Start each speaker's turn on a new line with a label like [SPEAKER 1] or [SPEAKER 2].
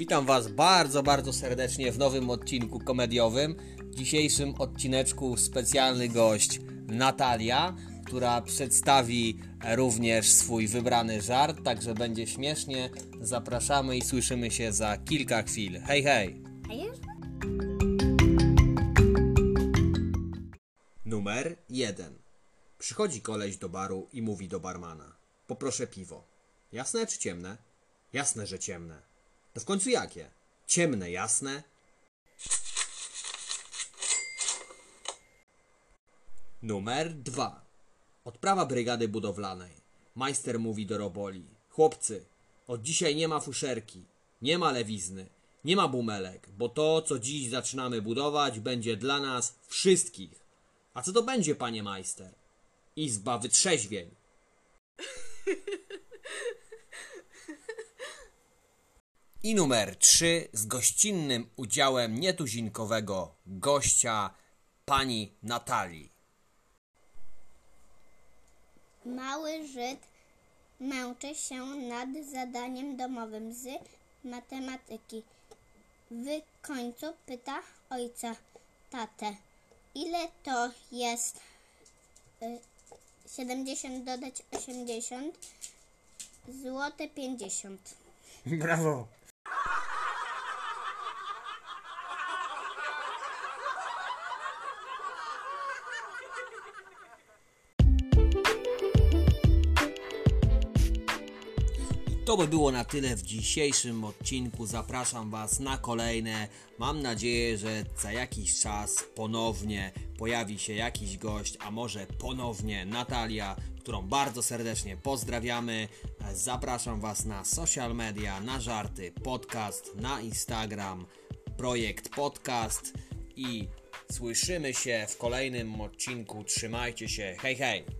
[SPEAKER 1] Witam Was bardzo, bardzo serdecznie w nowym odcinku komediowym. W dzisiejszym odcineczku specjalny gość Natalia, która przedstawi również swój wybrany żart, także będzie śmiesznie. Zapraszamy i słyszymy się za kilka chwil. Hej, hej! Numer 1. Przychodzi koleś do baru i mówi do barmana: poproszę piwo. Jasne czy ciemne? Jasne, że ciemne. To w końcu jakie? Ciemne, jasne? Numer 2. Odprawa brygady budowlanej. Majster mówi do roboli: chłopcy, od dzisiaj nie ma fuszerki, nie ma lewizny, nie ma bumelek, bo to, co dziś zaczynamy budować, będzie dla nas wszystkich. A co to będzie, panie majster? Izba wytrzeźwień. I numer 3 z gościnnym udziałem nietuzinkowego gościa, pani Natalii.
[SPEAKER 2] Mały Żyd męczy się nad zadaniem domowym z matematyki. W końcu pyta ojca: tatę, ile to jest 70 dodać 80 złote 50.
[SPEAKER 1] Brawo! To by było na tyle w dzisiejszym odcinku. Zapraszam Was na kolejne. Mam nadzieję, że za jakiś czas ponownie pojawi się jakiś gość, a może ponownie Natalia, którą bardzo serdecznie pozdrawiamy. Zapraszam Was na social media, na żarty, podcast, na Instagram, projekt podcast i słyszymy się w kolejnym odcinku. Trzymajcie się. Hej, hej!